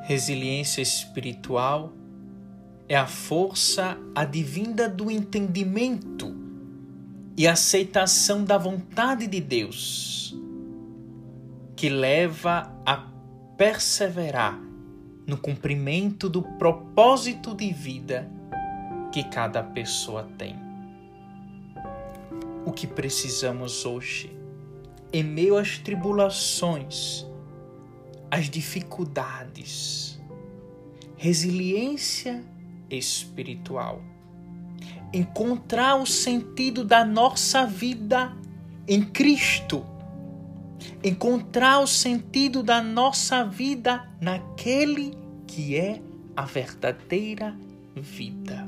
Resiliência espiritual é a força advinda do entendimento e aceitação da vontade de Deus, que leva a perseverar no cumprimento do propósito de vida que cada pessoa tem. O que precisamos hoje, em meio às tribulações, às dificuldades, resiliência espiritual. Encontrar o sentido da nossa vida em Cristo. Encontrar o sentido da nossa vida naquele que é a verdadeira vida.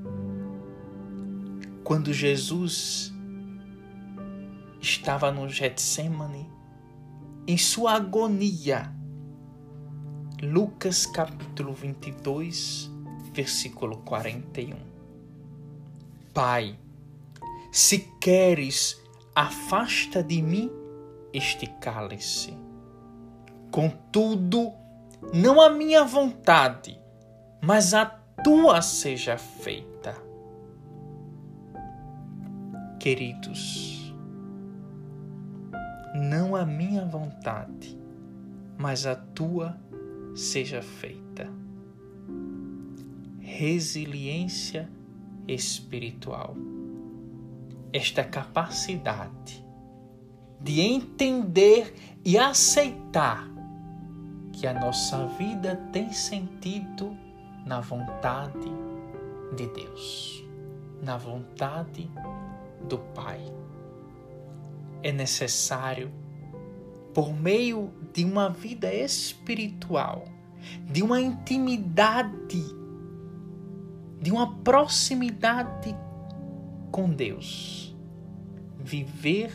Quando Jesus estava no Getsêmani, em sua agonia, Lucas capítulo 22, versículo 41. Pai, se queres, afasta de mim este cálice. Contudo, não a minha vontade, mas a tua seja feita. Queridos, não a minha vontade, mas a tua seja feita. Resiliência espiritual. Esta capacidade de entender e aceitar que a nossa vida tem sentido na vontade de Deus, na vontade do Pai. É necessário, por meio de uma vida espiritual, de uma intimidade, de uma proximidade com Deus, viver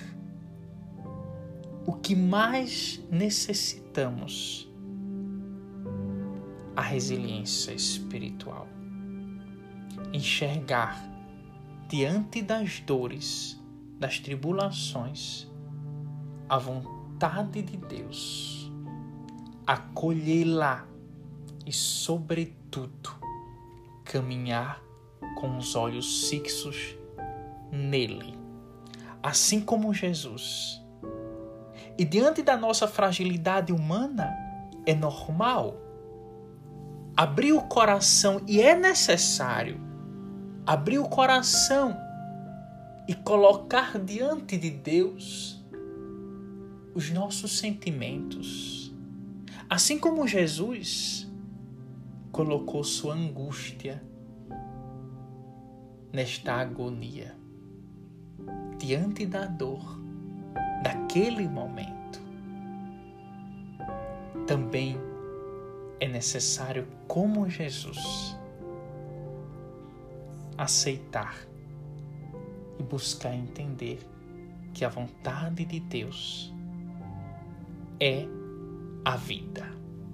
o que mais necessitamos, a resiliência espiritual. Enxergar diante das dores, das tribulações, a vontade de Deus, acolhê-la e, sobretudo, caminhar com os olhos fixos nele, assim como Jesus. E diante da nossa fragilidade humana, é normal abrir o coração, e é necessário abrir o coração e colocar diante de Deus os nossos sentimentos. Assim como Jesus colocou sua angústia nesta agonia, diante da dor daquele momento. Também é necessário, como Jesus, aceitar e buscar entender que a vontade de Deus é a vida.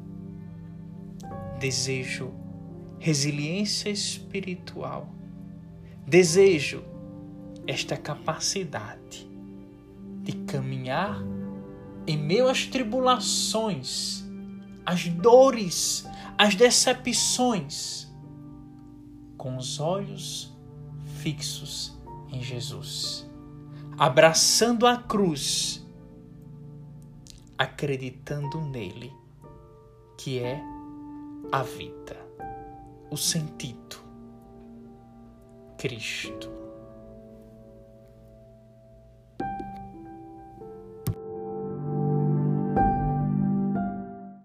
Desejo resiliência espiritual. Desejo esta capacidade de caminhar em meio às tribulações, às dores, às decepções, com os olhos fixos em Jesus, abraçando a cruz, acreditando nele, que é a vida, o sentido, Cristo.